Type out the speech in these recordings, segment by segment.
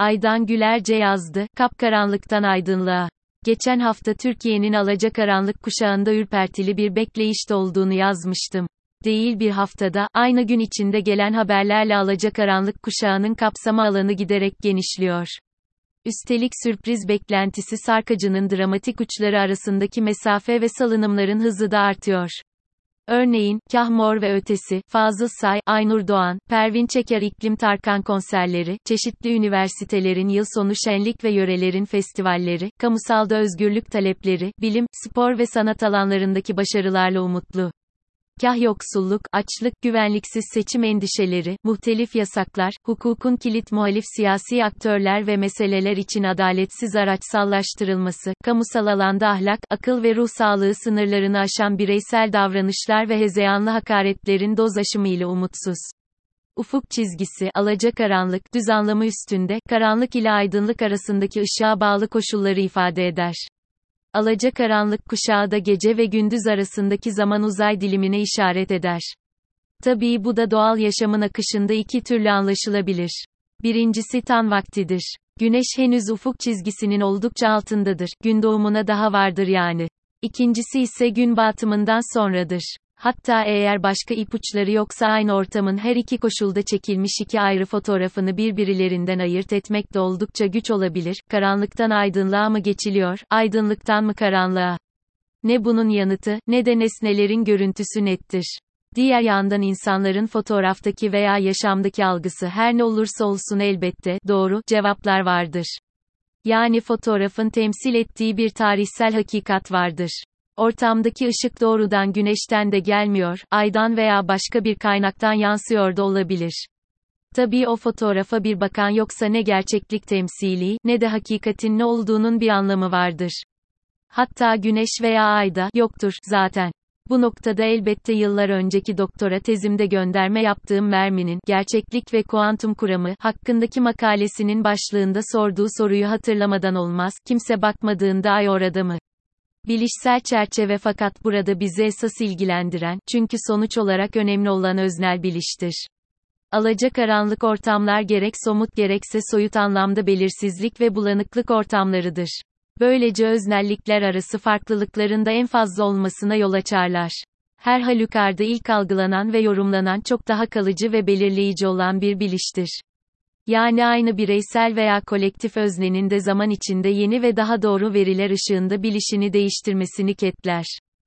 Aydan Gülerce yazdı, kapkaranlıktan aydınlığa. Geçen hafta Türkiye'nin alacakaranlık kuşağında ürpertili bir bekleyişte olduğunu yazmıştım. Değil bir haftada, aynı gün içinde gelen haberlerle alacakaranlık kuşağının kapsama alanı giderek genişliyor. Üstelik sürpriz beklentisi sarkacının dramatik uçları arasındaki mesafe ve salınımların hızı da artıyor. Örneğin, Kah Mor ve Ötesi, Fazıl Say, Aynur Doğan, Pervin Çeker İklim Tarkan konserleri, çeşitli üniversitelerin yıl sonu şenlik ve yörelerin festivalleri, kamusalda özgürlük talepleri, bilim, spor ve sanat alanlarındaki başarılarla umutlu. Kah yoksulluk, açlık, güvenliksiz seçim endişeleri, muhtelif yasaklar, hukukun kilit muhalif siyasi aktörler ve meseleler için adaletsiz araçsallaştırılması, kamusal alanda ahlak, akıl ve ruh sağlığı sınırlarını aşan bireysel davranışlar ve hezeyanlı hakaretlerin doz aşımıyla umutsuz. Ufuk çizgisi, alacakaranlık, düz anlamı üstünde, karanlık ile aydınlık arasındaki ışığa bağlı koşulları ifade eder. Alacakaranlık kuşağı da gece ve gündüz arasındaki zaman uzay dilimine işaret eder. Tabii bu da doğal yaşamın akışında iki türlü anlaşılabilir. Birincisi tan vaktidir. Güneş henüz ufuk çizgisinin oldukça altındadır, gün doğumuna daha vardır yani. İkincisi ise gün batımından sonradır. Hatta eğer başka ipuçları yoksa aynı ortamın her iki koşulda çekilmiş iki ayrı fotoğrafını birbirlerinden ayırt etmek de oldukça güç olabilir. Karanlıktan aydınlığa mı geçiliyor, aydınlıktan mı karanlığa? Ne bunun yanıtı, ne de nesnelerin görüntüsü nettir. Diğer yandan insanların fotoğraftaki veya yaşamdaki algısı her ne olursa olsun elbette, doğru, cevaplar vardır. Yani fotoğrafın temsil ettiği bir tarihsel hakikat vardır. Ortamdaki ışık doğrudan güneşten de gelmiyor, aydan veya başka bir kaynaktan yansıyor da olabilir. Tabii o fotoğrafa bir bakan yoksa ne gerçeklik temsili, ne de hakikatin ne olduğunun bir anlamı vardır. Hatta güneş veya ayda yoktur zaten. Bu noktada elbette yıllar önceki doktora tezimde gönderme yaptığım Mermin'in Gerçeklik ve Kuantum Kuramı hakkındaki makalesinin başlığında sorduğu soruyu hatırlamadan olmaz, kimse bakmadığında ay orada mı? Bilişsel çerçeve fakat burada bizi esas ilgilendiren, çünkü sonuç olarak önemli olan öznel biliştir. Alacakaranlık ortamlar gerek somut gerekse soyut anlamda belirsizlik ve bulanıklık ortamlarıdır. Böylece öznellikler arası farklılıkların da en fazla olmasına yol açarlar. Her halükarda ilk algılanan ve yorumlanan çok daha kalıcı ve belirleyici olan bir biliştir. Yani aynı bireysel veya kolektif öznenin de zaman içinde yeni ve daha doğru veriler ışığında bilişini değiştirmesini ketler.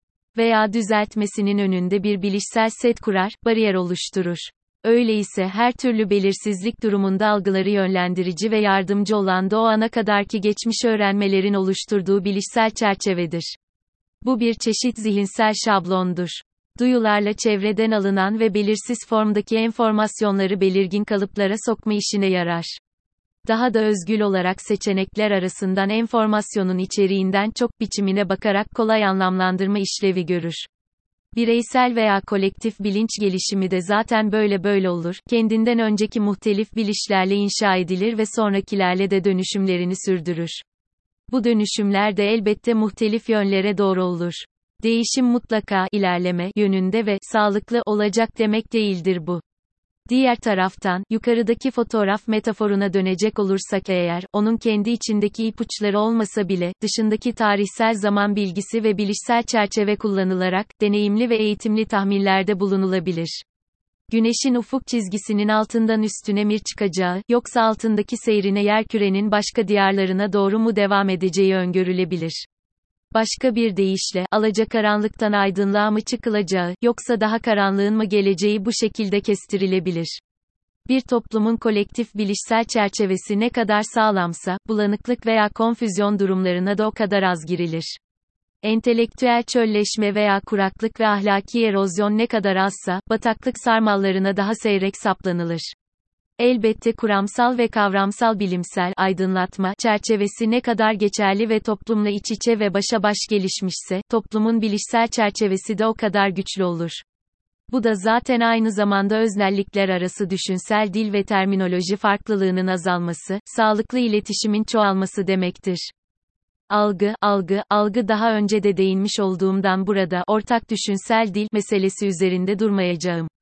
Veya düzeltmesinin önünde bir bilişsel set kurar, bariyer oluşturur. Öyleyse her türlü belirsizlik durumunda algıları yönlendirici ve yardımcı olan da o ana kadarki geçmiş öğrenmelerin oluşturduğu bilişsel çerçevedir. Bu bir çeşit zihinsel şablondur. Duyularla çevreden alınan ve belirsiz formdaki enformasyonları belirgin kalıplara sokma işine yarar. Daha da özgül olarak seçenekler arasından enformasyonun içeriğinden çok biçimine bakarak kolay anlamlandırma işlevi görür. Bireysel veya kolektif bilinç gelişimi de zaten böyle olur, kendinden önceki muhtelif bilişlerle inşa edilir ve sonrakilerle de dönüşümlerini sürdürür. Bu dönüşümler de elbette muhtelif yönlere doğru olur. Değişim mutlaka ilerleme yönünde ve sağlıklı olacak demek değildir bu. Diğer taraftan, yukarıdaki fotoğraf metaforuna dönecek olursak eğer, onun kendi içindeki ipuçları olmasa bile, dışındaki tarihsel zaman bilgisi ve bilişsel çerçeve kullanılarak, deneyimli ve eğitimli tahminlerde bulunulabilir. Güneşin ufuk çizgisinin altından üstüne mi çıkacağı, yoksa altındaki seyrine yerkürenin başka diyarlarına doğru mu devam edeceği öngörülebilir. Başka bir deyişle, alacakaranlıktan aydınlığa mı çıkılacağı, yoksa daha karanlığın mı geleceği bu şekilde kestirilebilir. Bir toplumun kolektif bilişsel çerçevesi ne kadar sağlamsa, bulanıklık veya konfüzyon durumlarına da o kadar az girilir. Entelektüel çölleşme veya kuraklık ve ahlaki erozyon ne kadar azsa, bataklık sarmallarına daha seyrek saplanılır. Elbette kuramsal ve kavramsal bilimsel aydınlatma çerçevesi ne kadar geçerli ve toplumla iç içe ve başa baş gelişmişse, toplumun bilişsel çerçevesi de o kadar güçlü olur. Bu da zaten aynı zamanda öznellikler arası düşünsel dil ve terminoloji farklılığının azalması, sağlıklı iletişimin çoğalması demektir. Algı daha önce de değinmiş olduğumdan burada ortak düşünsel dil meselesi üzerinde durmayacağım.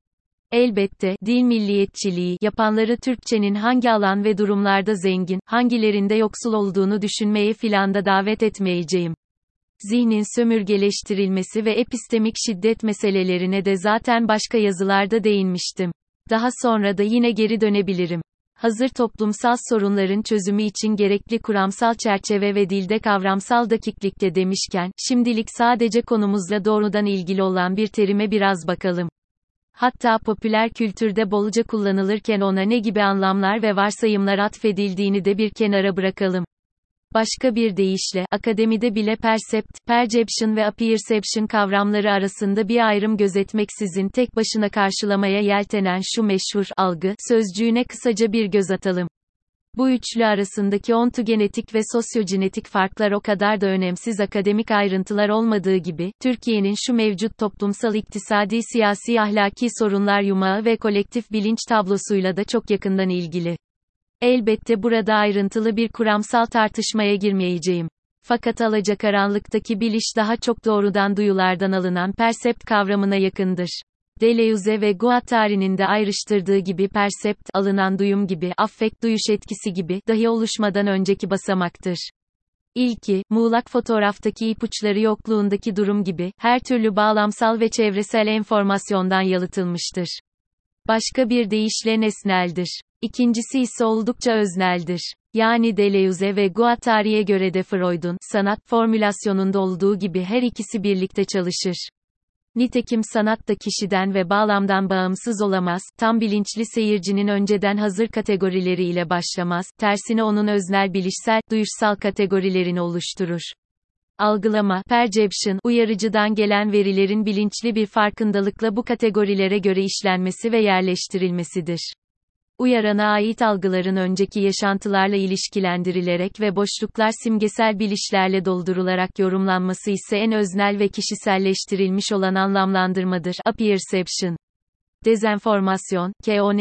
Elbette, dil milliyetçiliği yapanları Türkçenin hangi alan ve durumlarda zengin, hangilerinde yoksul olduğunu düşünmeye filan da davet etmeyeceğim. Zihnin sömürgeleştirilmesi ve epistemik şiddet meselelerine de zaten başka yazılarda değinmiştim. Daha sonra da yine geri dönebilirim. Hazır toplumsal sorunların çözümü için gerekli kuramsal çerçeve ve dilde kavramsal dakiklikte demişken, şimdilik sadece konumuzla doğrudan ilgili olan bir terime biraz bakalım. Hatta popüler kültürde bolca kullanılırken ona ne gibi anlamlar ve varsayımlar atfedildiğini de bir kenara bırakalım. Başka bir deyişle, akademide bile percept, perception ve apperception kavramları arasında bir ayrım gözetmeksizin tek başına karşılamaya yeltenen şu meşhur algı sözcüğüne kısaca bir göz atalım. Bu üçlü arasındaki ontogenetik ve sosyogenetik farklar o kadar da önemsiz akademik ayrıntılar olmadığı gibi, Türkiye'nin şu mevcut toplumsal, iktisadi, siyasi, ahlaki sorunlar yumağı ve kolektif bilinç tablosuyla da çok yakından ilgili. Elbette burada ayrıntılı bir kuramsal tartışmaya girmeyeceğim. Fakat alacakaranlıktaki biliş daha çok doğrudan duyulardan alınan percept kavramına yakındır. Deleuze ve Guattari'nin de ayrıştırdığı gibi percept, alınan duyum gibi, affekt duyuş etkisi gibi, dahi oluşmadan önceki basamaktır. İlki, muğlak fotoğraftaki ipuçları yokluğundaki durum gibi, her türlü bağlamsal ve çevresel enformasyondan yalıtılmıştır. Başka bir deyişle nesneldir. İkincisi ise oldukça özneldir. Yani Deleuze ve Guattari'ye göre de Freud'un sanat formülasyonunda olduğu gibi her ikisi birlikte çalışır. Nitekim sanat da kişiden ve bağlamdan bağımsız olamaz, tam bilinçli seyircinin önceden hazır kategorileriyle başlamaz, tersine onun öznel bilişsel, duyuşsal kategorilerini oluşturur. Algılama, perception, uyarıcıdan gelen verilerin bilinçli bir farkındalıkla bu kategorilere göre işlenmesi ve yerleştirilmesidir. Uyarana ait algıların önceki yaşantılarla ilişkilendirilerek ve boşluklar simgesel bilişlerle doldurularak yorumlanması ise en öznel ve kişiselleştirilmiş olan anlamlandırmadır, apperception. Dezenformasyon,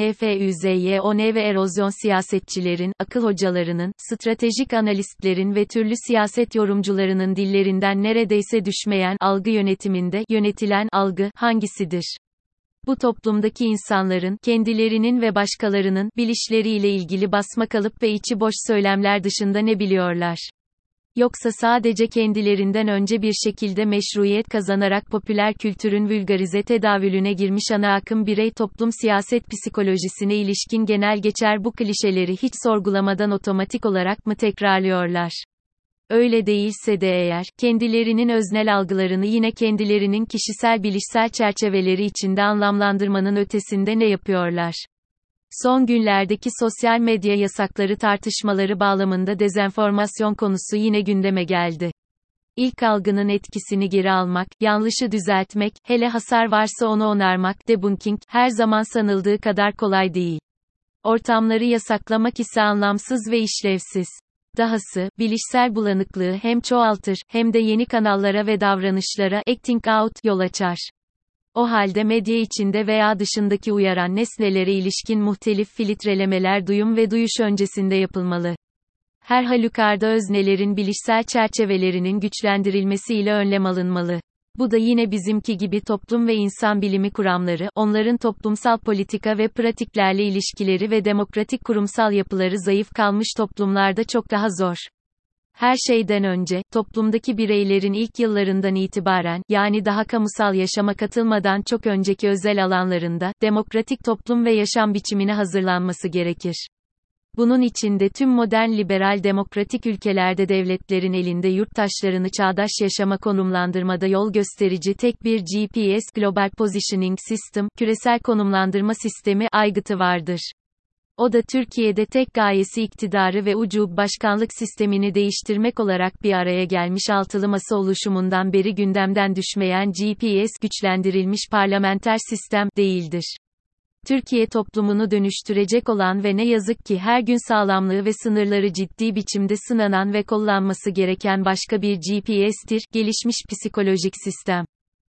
KONFÜZYON ve erozyon siyasetçilerin, akıl hocalarının, stratejik analistlerin ve türlü siyaset yorumcularının dillerinden neredeyse düşmeyen algı yönetiminde yönetilen algı hangisidir? Bu toplumdaki insanların, kendilerinin ve başkalarının, bilişleriyle ilgili basmakalıp ve içi boş söylemler dışında ne biliyorlar? Yoksa sadece kendilerinden önce bir şekilde meşruiyet kazanarak popüler kültürün vulgarize tedavülüne girmiş ana akım birey toplum siyaset psikolojisine ilişkin genel geçer bu klişeleri hiç sorgulamadan otomatik olarak mı tekrarlıyorlar? Öyle değilse de eğer, kendilerinin öznel algılarını yine kendilerinin kişisel bilişsel çerçeveleri içinde anlamlandırmanın ötesinde ne yapıyorlar? Son günlerdeki sosyal medya yasakları tartışmaları bağlamında dezenformasyon konusu yine gündeme geldi. İlk algının etkisini geri almak, yanlışı düzeltmek, hele hasar varsa onu onarmak, debunking, her zaman sanıldığı kadar kolay değil. Ortamları yasaklamak ise anlamsız ve işlevsiz. Dahası, bilişsel bulanıklığı hem çoğaltır, hem de yeni kanallara ve davranışlara, acting out, yol açar. O halde medya içinde veya dışındaki uyaran nesnelere ilişkin muhtelif filtrelemeler duyum ve duyuş öncesinde yapılmalı. Her halükarda öznelerin bilişsel çerçevelerinin güçlendirilmesiyle önlem alınmalı. Bu da yine bizimki gibi toplum ve insan bilimi kuramları, onların toplumsal politika ve pratiklerle ilişkileri ve demokratik kurumsal yapıları zayıf kalmış toplumlarda çok daha zor. Her şeyden önce, toplumdaki bireylerin ilk yıllarından itibaren, yani daha kamusal yaşama katılmadan çok önceki özel alanlarında, demokratik toplum ve yaşam biçimine hazırlanması gerekir. Bunun için de tüm modern liberal demokratik ülkelerde devletlerin elinde yurttaşlarını çağdaş yaşama konumlandırmada yol gösterici tek bir GPS Global Positioning System, küresel konumlandırma sistemi aygıtı vardır. O da Türkiye'de tek gayesi iktidarı ve ucub başkanlık sistemini değiştirmek olarak bir araya gelmiş altılı masa oluşumundan beri gündemden düşmeyen GPS güçlendirilmiş parlamenter sistem değildir. Türkiye toplumunu dönüştürecek olan ve ne yazık ki her gün sağlamlığı ve sınırları ciddi biçimde sınanan ve kollanması gereken başka bir GPS'tir, gelişmiş psikolojik sistem.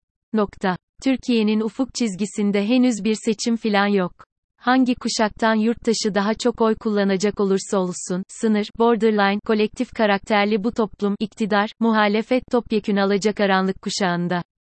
Türkiye'nin ufuk çizgisinde henüz bir seçim filan yok. Hangi kuşaktan yurttaşı daha çok oy kullanacak olursa olsun, sınır, borderline, kolektif karakterli bu toplum, iktidar, muhalefet topyekün alacakaranlık kuşağında.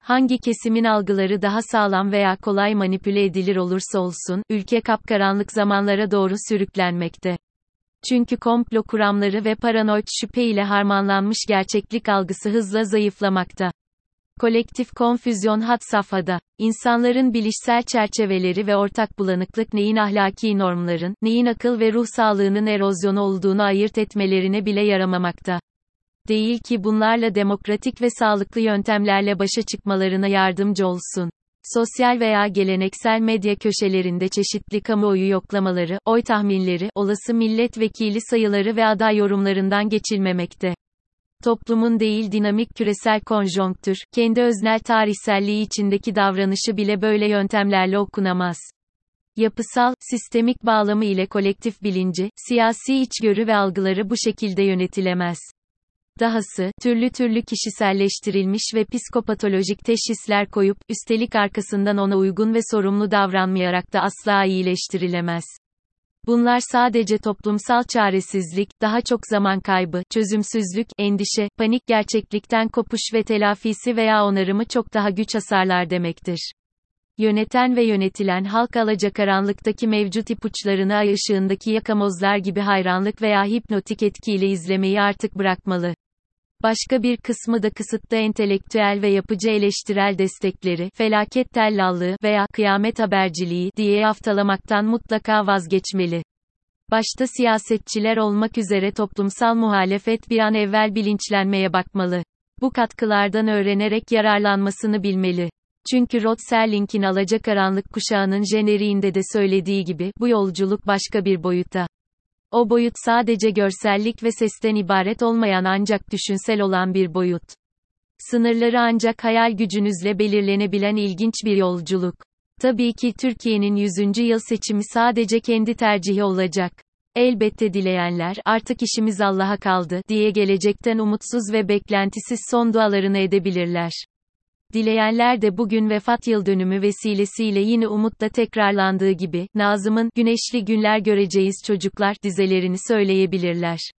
Hangi kesimin algıları daha sağlam veya kolay manipüle edilir olursa olsun, ülke kapkaranlık zamanlara doğru sürüklenmekte. Çünkü komplo kuramları ve paranoid şüphe ile harmanlanmış gerçeklik algısı hızla zayıflamakta. Kolektif konfüzyon had safhada. İnsanların bilişsel çerçeveleri ve ortak bulanıklık neyin ahlaki normların, neyin akıl ve ruh sağlığının erozyonu olduğunu ayırt etmelerine bile yaramamakta. Değil ki bunlarla demokratik ve sağlıklı yöntemlerle başa çıkmalarına yardımcı olsun. Sosyal veya geleneksel medya köşelerinde çeşitli kamuoyu yoklamaları, oy tahminleri, olası milletvekili sayıları ve aday yorumlarından geçilmemekte. Toplumun değil dinamik küresel konjonktür, kendi öznel tarihselliği içindeki davranışı bile böyle yöntemlerle okunamaz. Yapısal, sistemik bağlamı ile kolektif bilinci, siyasi içgörü ve algıları bu şekilde yönetilemez. Dahası, türlü türlü kişiselleştirilmiş ve psikopatolojik teşhisler koyup, üstelik arkasından ona uygun ve sorumlu davranmayarak da asla iyileştirilemez. Bunlar sadece toplumsal çaresizlik, daha çok zaman kaybı, çözümsüzlük, endişe, panik gerçeklikten kopuş ve telafisi veya onarımı çok daha güç hasarlar demektir. Yöneten ve yönetilen halk alacakaranlıktaki mevcut ipuçlarını ay ışığındaki yakamozlar gibi hayranlık veya hipnotik etkiyle izlemeyi artık bırakmalı. Başka bir kısmı da kısıtlı entelektüel ve yapıcı eleştirel destekleri, felaket tellallığı veya kıyamet haberciliği diye yaftalamaktan mutlaka vazgeçmeli. Başta siyasetçiler olmak üzere toplumsal muhalefet bir an evvel bilinçlenmeye bakmalı. Bu katkılardan öğrenerek yararlanmasını bilmeli. Çünkü Rod Serling'in Alacakaranlık Kuşağı'nın jeneriğinde de söylediği gibi, bu yolculuk başka bir boyutta. O boyut sadece görsellik ve sesten ibaret olmayan ancak düşünsel olan bir boyut. Sınırları ancak hayal gücünüzle belirlenebilen ilginç bir yolculuk. Tabii ki Türkiye'nin 100. yıl seçimi sadece kendi tercihi olacak. Elbette dileyenler, artık işimiz Allah'a kaldı, diye gelecekten umutsuz ve beklentisiz son dualarını edebilirler. Dileyenler de bugün vefat yıldönümü vesilesiyle yine umutla tekrarlandığı gibi, Nazım'ın, güneşli günler göreceğiz çocuklar, dizelerini söyleyebilirler.